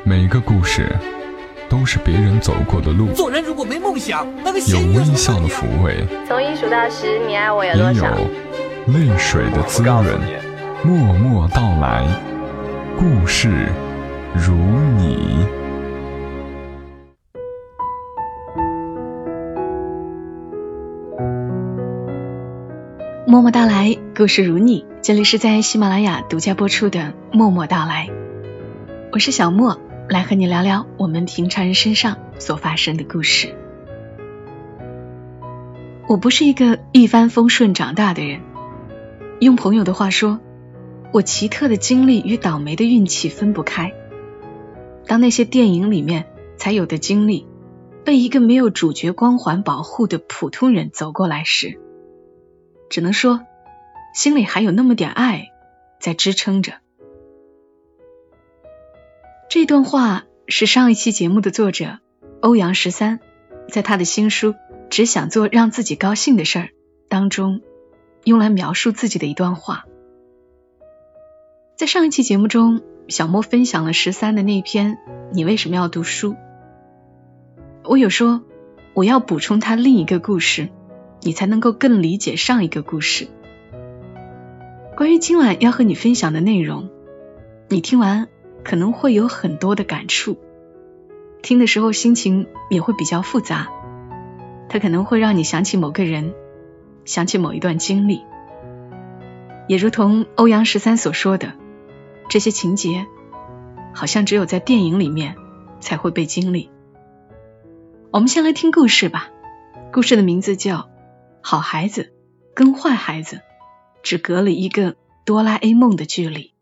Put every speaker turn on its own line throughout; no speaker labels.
每个故事都是别人走过的路，
做人如果没梦想，那个
有微笑的抚慰，
从1数到10，你爱我有多少？
也有泪水的滋润。默默到来，故事如你。
默默到来，故事如你。这里是在喜马拉雅独家播出的默默到来，我是小默，来和你聊聊我们平常人身上所发生的故事。我不是一个一帆风顺长大的人，用朋友的话说，我奇特的经历与倒霉的运气分不开。当那些电影里面才有的经历被一个没有主角光环保护的普通人走过来时，只能说心里还有那么点爱在支撑着。这段话是上一期节目的作者欧阳13在他的新书《只想做让自己高兴的事儿》当中用来描述自己的一段话。在上一期节目中，小莫分享了13的那篇你为什么要读书。我有说我要补充他另一个故事，你才能够更理解上一个故事。关于今晚要和你分享的内容，你听完可能会有很多的感触，听的时候心情也会比较复杂，它可能会让你想起某个人，想起某一段经历。也如同欧阳13所说的，这些情节好像只有在电影里面才会被经历。我们先来听故事吧。故事的名字叫好孩子跟坏孩子只隔了一个哆啦 A 梦的距离。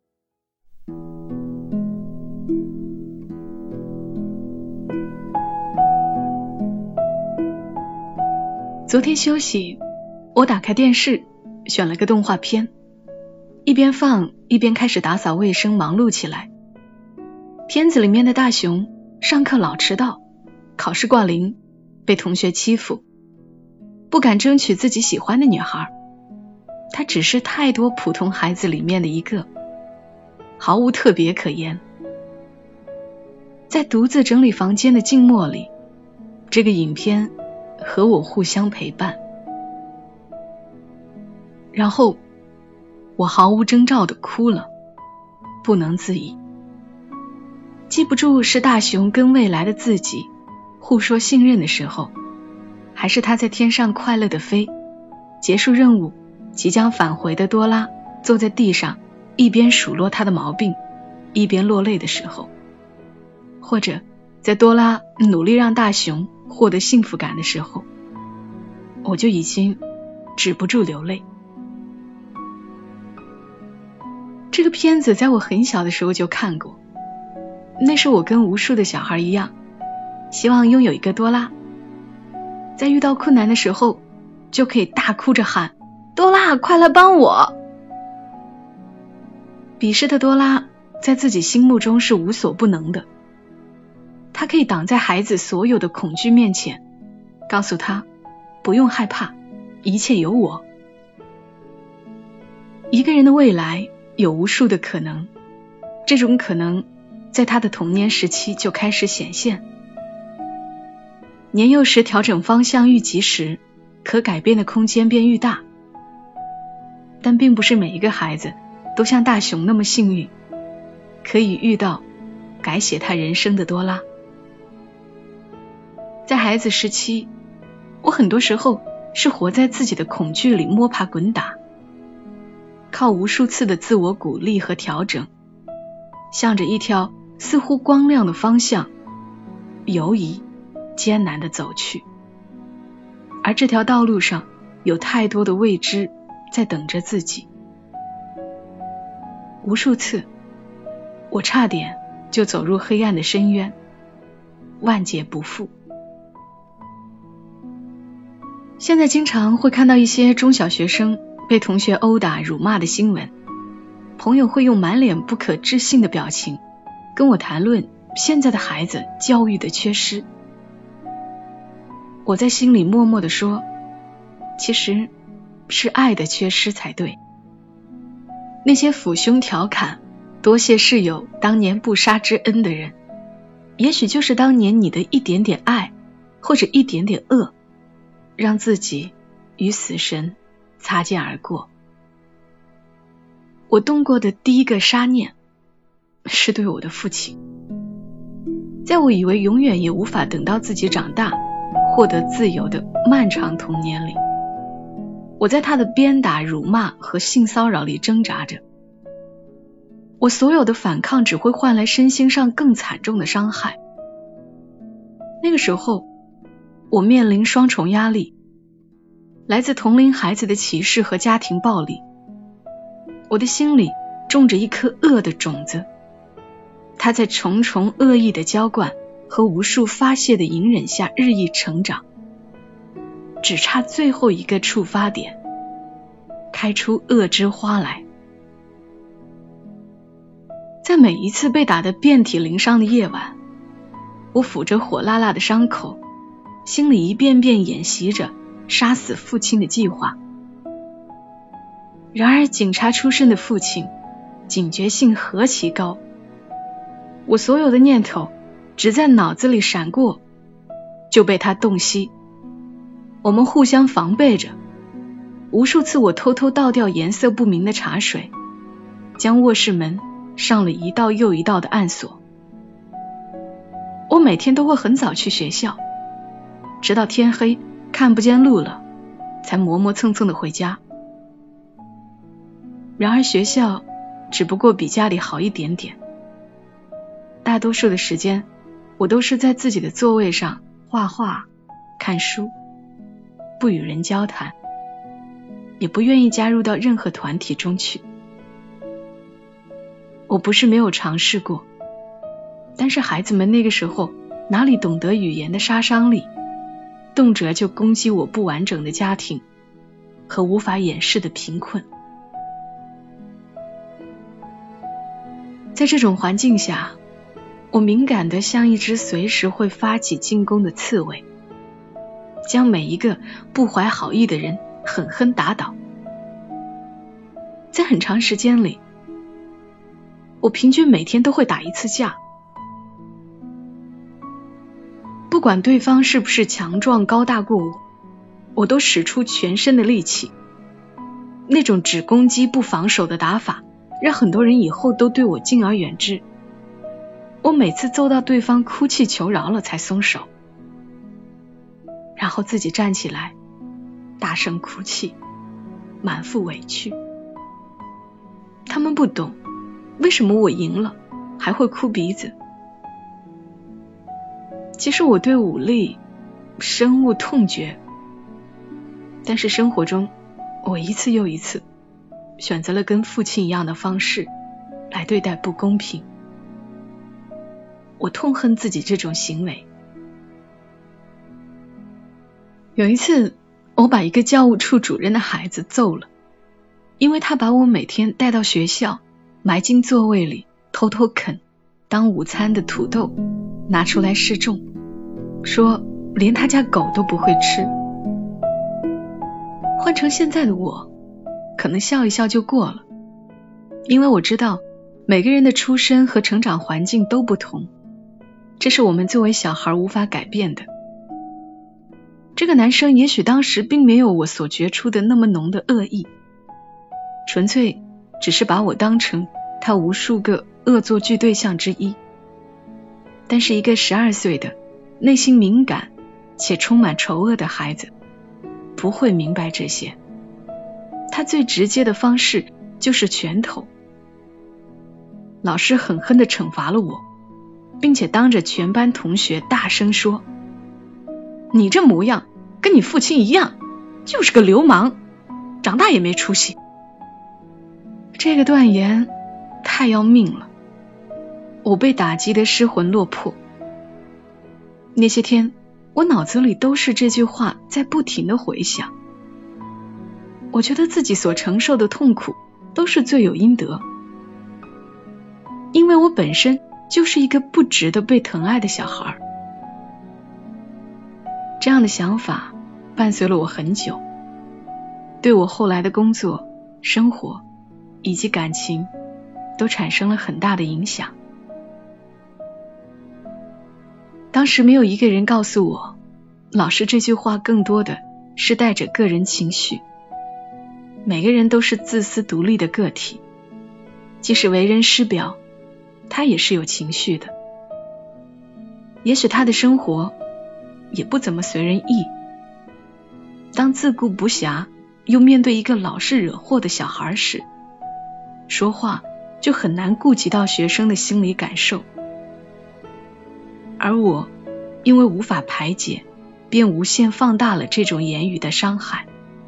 昨天休息，我打开电视选了个动画片，一边放一边开始打扫卫生，忙碌起来。片子里面的大雄上课老迟到，考试挂零，被同学欺负，不敢争取自己喜欢的女孩，他只是太多普通孩子里面的一个，毫无特别可言。在独自整理房间的静默里，这个影片和我互相陪伴。然后我毫无征兆地哭了，不能自已。记不住是大雄跟未来的自己互说信任的时候，还是他在天上快乐地飞，结束任务即将返回的多拉坐在地上一边数落他的毛病一边落泪的时候，或者在多拉努力让大雄获得幸福感的时候，我就已经止不住流泪。这个片子在我很小的时候就看过，那时我跟无数的小孩一样，希望拥有一个多拉，在遇到困难的时候就可以大哭着喊，多拉快来帮我。彼时的多拉在自己心目中是无所不能的，他可以挡在孩子所有的恐惧面前，告诉他不用害怕，一切有我。一个人的未来有无数的可能，这种可能在他的童年时期就开始显现。年幼时调整方向愈及时，可改变的空间便愈大。但并不是每一个孩子都像大雄那么幸运，可以遇到改写他人生的多拉。在孩子时期，我很多时候是活在自己的恐惧里摸爬滚打，靠无数次的自我鼓励和调整，向着一条似乎光亮的方向犹疑艰难地走去。而这条道路上有太多的未知在等着自己。无数次我差点就走入黑暗的深渊，万劫不复。现在经常会看到一些中小学生被同学殴打辱骂的新闻，朋友会用满脸不可置信的表情跟我谈论现在的孩子教育的缺失。我在心里默默地说，其实是爱的缺失才对。那些抚胸调侃多谢室友当年不杀之恩的人，也许就是当年你的一点点爱，或者一点点恶，让自己与死神擦肩而过。我动过的第一个杀念，是对我的父亲。在我以为永远也无法等到自己长大，获得自由的漫长童年里，我在他的鞭打、辱骂和性骚扰里挣扎着。我所有的反抗只会换来身心上更惨重的伤害。那个时候，我面临双重压力，来自同龄孩子的歧视和家庭暴力。我的心里种着一颗恶的种子，它在重重恶意的浇灌和无数发泄的隐忍下日益成长，只差最后一个触发点，开出恶之花来。在每一次被打得遍体鳞伤的夜晚，我抚着火辣辣的伤口，心里一遍遍演习着杀死父亲的计划。然而警察出身的父亲警觉性何其高，我所有的念头只在脑子里闪过，就被他洞悉。我们互相防备着，无数次我偷偷倒掉颜色不明的茶水，将卧室门上了一道又一道的暗锁。我每天都会很早去学校，直到天黑看不见路了，才磨磨蹭蹭的回家。然而学校只不过比家里好一点点，大多数的时间我都是在自己的座位上画画、看书，不与人交谈，也不愿意加入到任何团体中去。我不是没有尝试过，但是孩子们那个时候哪里懂得语言的杀伤力，动辄就攻击我不完整的家庭和无法掩饰的贫困。在这种环境下，我敏感得像一只随时会发起进攻的刺猬，将每一个不怀好意的人狠狠打倒。在很长时间里，我平均每天都会打一次架，不管对方是不是强壮高大过我，我都使出全身的力气。那种只攻击不防守的打法让很多人以后都对我敬而远之。我每次揍到对方哭泣求饶了才松手，然后自己站起来大声哭泣，满腹委屈。他们不懂为什么我赢了还会哭鼻子。其实我对武力深恶痛绝，但是生活中我一次又一次选择了跟父亲一样的方式来对待不公平。我痛恨自己这种行为。有一次，我把一个教务处主任的孩子揍了，因为他把我每天带到学校，埋进座位里偷偷啃当午餐的土豆拿出来示众，说连他家狗都不会吃。换成现在的我，可能笑一笑就过了，因为我知道每个人的出身和成长环境都不同，这是我们作为小孩无法改变的。这个男生也许当时并没有我所觉出的那么浓的恶意，纯粹只是把我当成他无数个恶作剧对象之一。但是一个12岁的内心敏感且充满仇恶的孩子不会明白这些，他最直接的方式就是拳头。老师狠狠地惩罚了我，并且当着全班同学大声说，你这模样跟你父亲一样，就是个流氓，长大也没出息。这个断言太要命了，我被打击得失魂落魄。那些天我脑子里都是这句话在不停地回响。我觉得自己所承受的痛苦都是罪有应得，因为我本身就是一个不值得被疼爱的小孩。这样的想法伴随了我很久，对我后来的工作、生活以及感情都产生了很大的影响。当时没有一个人告诉我，老师这句话更多的是带着个人情绪。每个人都是自私独立的个体，即使为人师表，他也是有情绪的。也许他的生活也不怎么随人意。当自顾不暇，又面对一个老是惹祸的小孩时，说话就很难顾及到学生的心理感受。而我因为无法排解，便无限放大了这种言语的伤害。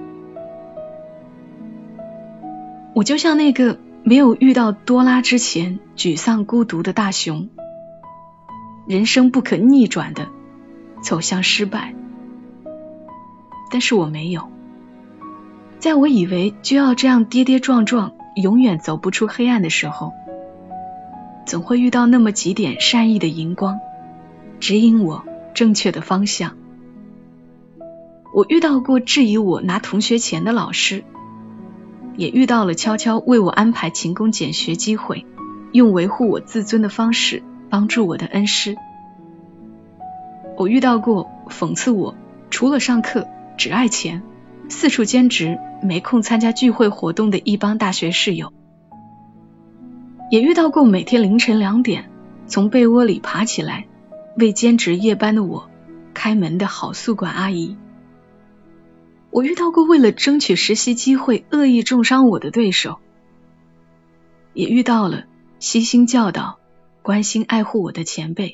我就像那个没有遇到多拉之前沮丧孤独的大熊，人生不可逆转的走向失败。但是我没有，在我以为就要这样跌跌撞撞永远走不出黑暗的时候，总会遇到那么几点善意的荧光，指引我正确的方向。我遇到过质疑我拿同学钱的老师，也遇到了悄悄为我安排勤工俭学机会，用维护我自尊的方式帮助我的恩师。我遇到过讽刺我除了上课只爱钱，四处兼职没空参加聚会活动的一帮大学室友，也遇到过每天凌晨2点从被窝里爬起来为兼职夜班的我开门的好宿管阿姨。我遇到过为了争取实习机会恶意重伤我的对手，也遇到了悉心教导关心爱护我的前辈。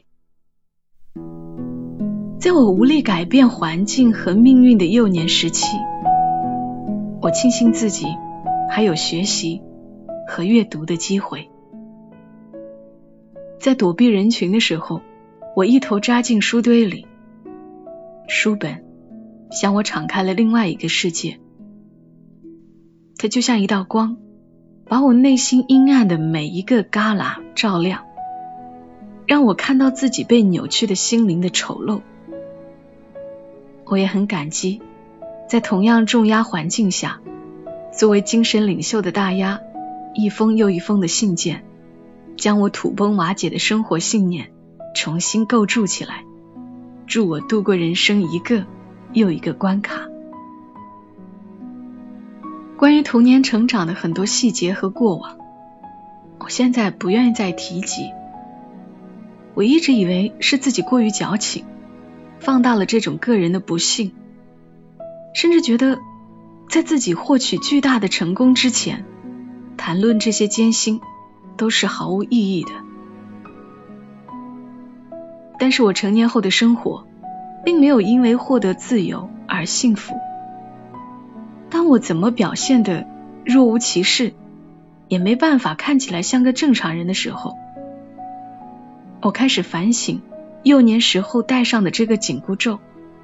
在我无力改变环境和命运的幼年时期，我庆幸自己还有学习和阅读的机会。在躲避人群的时候，我一头扎进书堆里，书本向我敞开了另外一个世界。它就像一道光，把我内心阴暗的每一个旮旯照亮，让我看到自己被扭曲的心灵的丑陋。我也很感激，在同样重压环境下，作为精神领袖的大鸭，一封又一封的信件，将我土崩瓦解的生活信念重新构筑起来，助我度过人生一个又一个关卡。关于童年成长的很多细节和过往，我现在不愿意再提及。我一直以为是自己过于矫情，放大了这种个人的不幸，甚至觉得在自己获取巨大的成功之前，谈论这些艰辛都是毫无意义的。但是我成年后的生活并没有因为获得自由而幸福。当我怎么表现得若无其事，也没办法看起来像个正常人的时候，我开始反省幼年时候戴上的这个紧箍咒。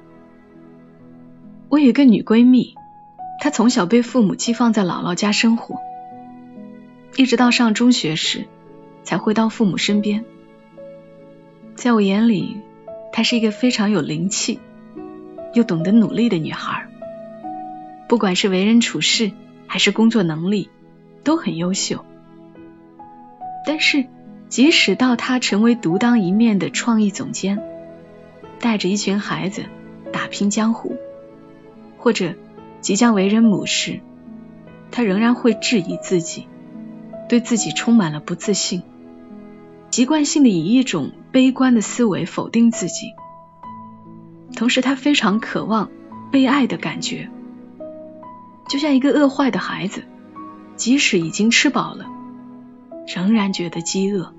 我有一个女闺蜜，她从小被父母寄放在姥姥家生活，一直到上中学时才回到父母身边。在我眼里，她是一个非常有灵气又懂得努力的女孩，不管是为人处事还是工作能力都很优秀。但是即使到她成为独当一面的创意总监，带着一群孩子打拼江湖，或者即将为人母时，她仍然会质疑自己，对自己充满了不自信，习惯性的以一种悲观的思维否定自己。同时她非常渴望被爱的感觉，就像一个饿坏的孩子，即使已经吃饱了，仍然觉得饥饿。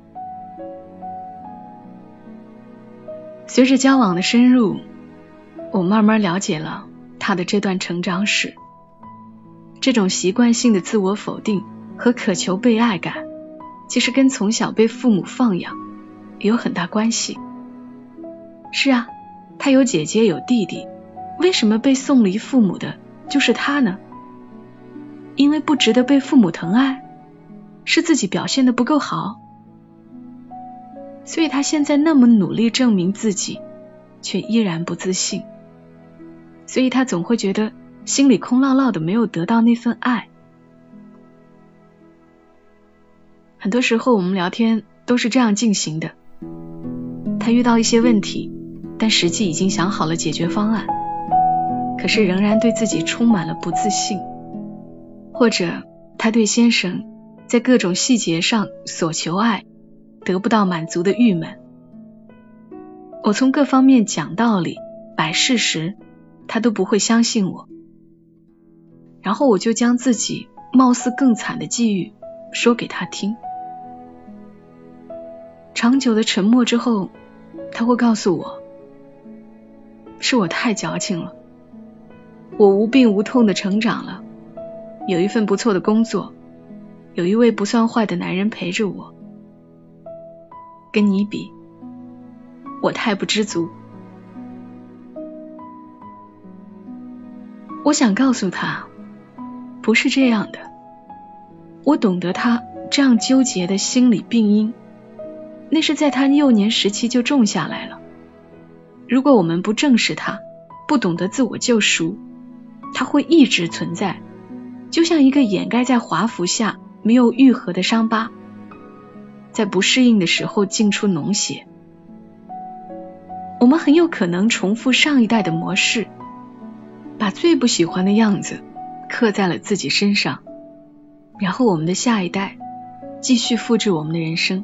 随着交往的深入，我慢慢了解了他的这段成长史。这种习惯性的自我否定和渴求被爱感，其实跟从小被父母放养有很大关系。是啊，他有姐姐有弟弟，为什么被送离父母的就是他呢？因为不值得被父母疼爱？是自己表现得不够好？所以他现在那么努力证明自己，却依然不自信。所以他总会觉得心里空落落的，没有得到那份爱。 很多时候我们聊天都是这样进行的，他遇到一些问题，但实际已经想好了解决方案，可是仍然对自己充满了不自信，或者他对先生在各种细节上所求爱得不到满足的郁闷。我从各方面讲道理摆事实，他都不会相信我，然后我就将自己貌似更惨的际遇说给他听。长久的沉默之后，他会告诉我，是我太矫情了，我无病无痛的成长了，有一份不错的工作，有一位不算坏的男人陪着我，跟你比，我太不知足。我想告诉他，不是这样的，我懂得他这样纠结的心理病因，那是在他幼年时期就种下来了。如果我们不正视它，不懂得自我救赎，它会一直存在，就像一个掩盖在华服下没有愈合的伤疤，在不适应的时候浸出脓血。我们很有可能重复上一代的模式，把最不喜欢的样子刻在了自己身上，然后我们的下一代继续复制我们的人生。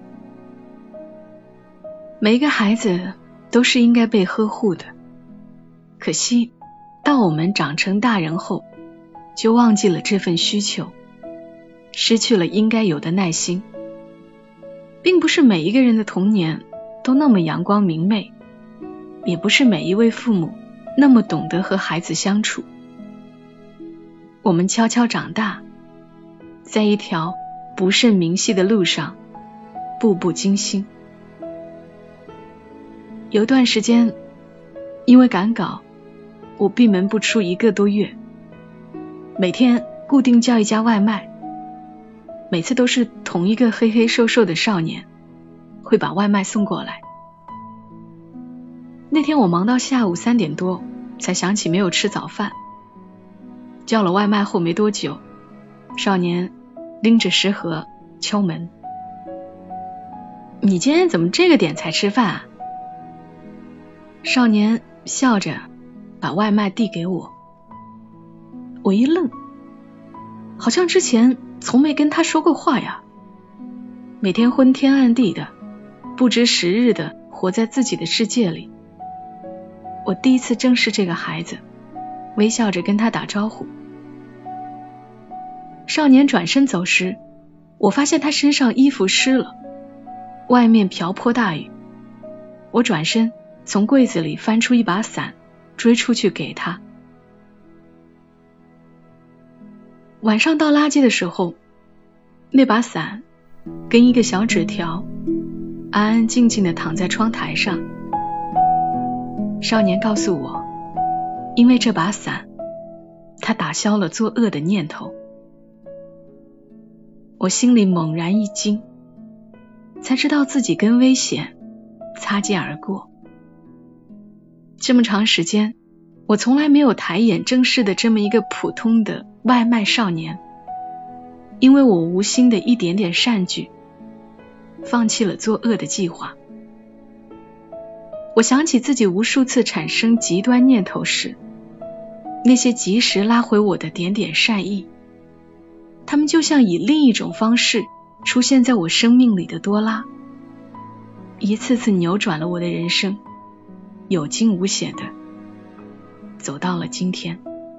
每一个孩子都是应该被呵护的，可惜到我们长成大人后，就忘记了这份需求，失去了应该有的耐心。并不是每一个人的童年都那么阳光明媚，也不是每一位父母那么懂得和孩子相处。我们悄悄长大，在一条不甚明晰的路上步步惊心。有段时间因为赶稿，我闭门不出1个多月，每天固定叫一家外卖，每次都是同一个黑黑瘦瘦的少年会把外卖送过来。那天我忙到下午3点多才想起没有吃早饭，叫了外卖后没多久，少年拎着食盒敲门，你今天怎么这个点才吃饭啊？少年笑着把外卖递给我，我一愣，好像之前从没跟他说过话呀。每天昏天暗地的，不知时日的活在自己的世界里。我第一次正视这个孩子，微笑着跟他打招呼。少年转身走时，我发现他身上衣服湿了，外面瓢泼大雨。我转身从柜子里翻出一把伞，追出去给他。晚上倒垃圾的时候，那把伞跟一个小纸条安安静静地躺在窗台上。少年告诉我，因为这把伞，他打消了作恶的念头。我心里猛然一惊，才知道自己跟危险擦肩而过。这么长时间，我从来没有抬眼正视的这么一个普通的外卖少年，因为我无心的一点点善举，放弃了作恶的计划。我想起自己无数次产生极端念头时，那些及时拉回我的点点善意，他们就像以另一种方式出现在我生命里的多拉，一次次扭转了我的人生，有惊无险的走到了今天。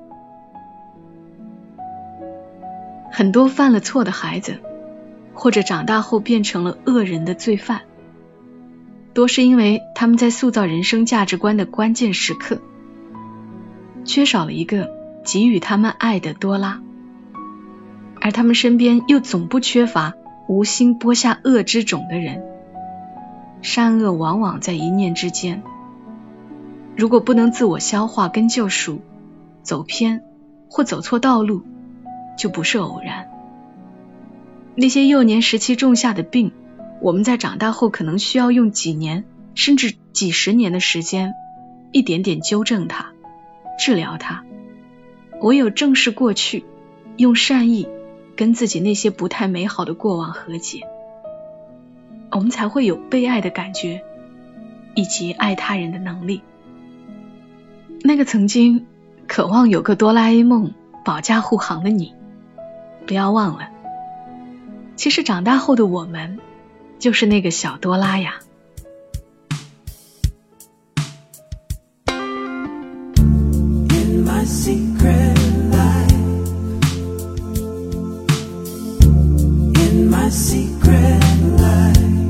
很多犯了错的孩子，或者长大后变成了恶人的罪犯，多是因为他们在塑造人生价值观的关键时刻，缺少了一个给予他们爱的多拉，而他们身边又总不缺乏无心播下恶之种的人。善恶往往在一念之间，如果不能自我消化跟救赎，走偏或走错道路就不是偶然。那些幼年时期种下的病，我们在长大后可能需要用几年甚至几十年的时间一点点纠正它，治疗它。唯有正视过去，用善意跟自己那些不太美好的过往和解， 我们才会有被爱的感觉，以及爱他人的能力。那个曾经渴望有个哆啦 A 梦保驾护航的你，不要忘了，其实长大后的我们就是那个小多拉呀。
In my secret life, in my secret life,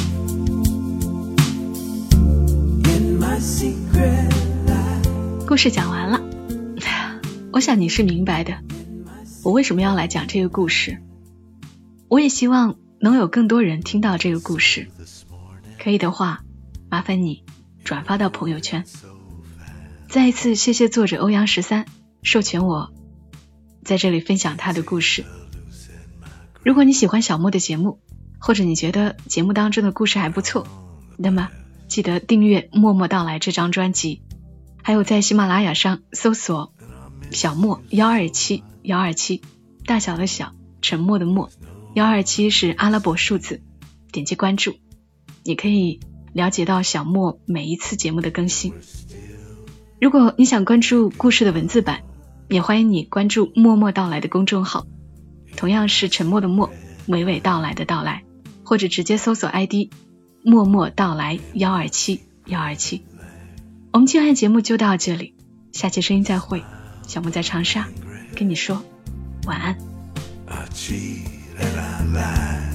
in my secret life。
故事讲完了，我想你是明白的，我为什么要来讲这个故事。我也希望能有更多人听到这个故事，可以的话麻烦你转发到朋友圈。再一次谢谢作者欧阳13授权我在这里分享他的故事。如果你喜欢小莫的节目，或者你觉得节目当中的故事还不错，那么记得订阅默默到来这张专辑，还有在喜马拉雅上搜索小莫127，大小的小，沉默的默，127是阿拉伯数字，点击关注，你可以了解到小莫每一次节目的更新。如果你想关注故事的文字版，也欢迎你关注默默到来的公众号，同样是沉默的默，娓娓道来的到来，或者直接搜索 ID 默默到来127。我们今晚节目就到这里，下期声音再会，小莫在长沙跟你说晚安。
I cheat and I lie,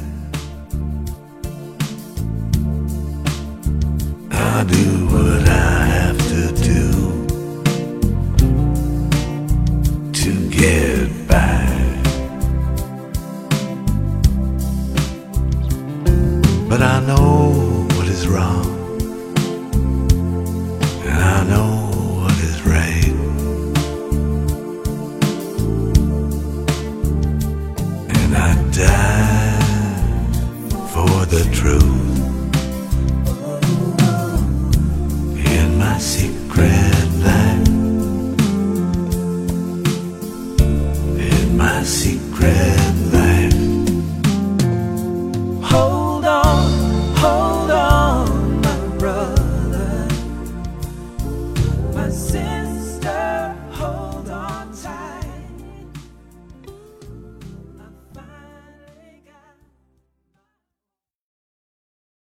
I do what I have to do to get by, but I know what is wrong and I know what is right, and I die for the truth. In my secret life, in my secret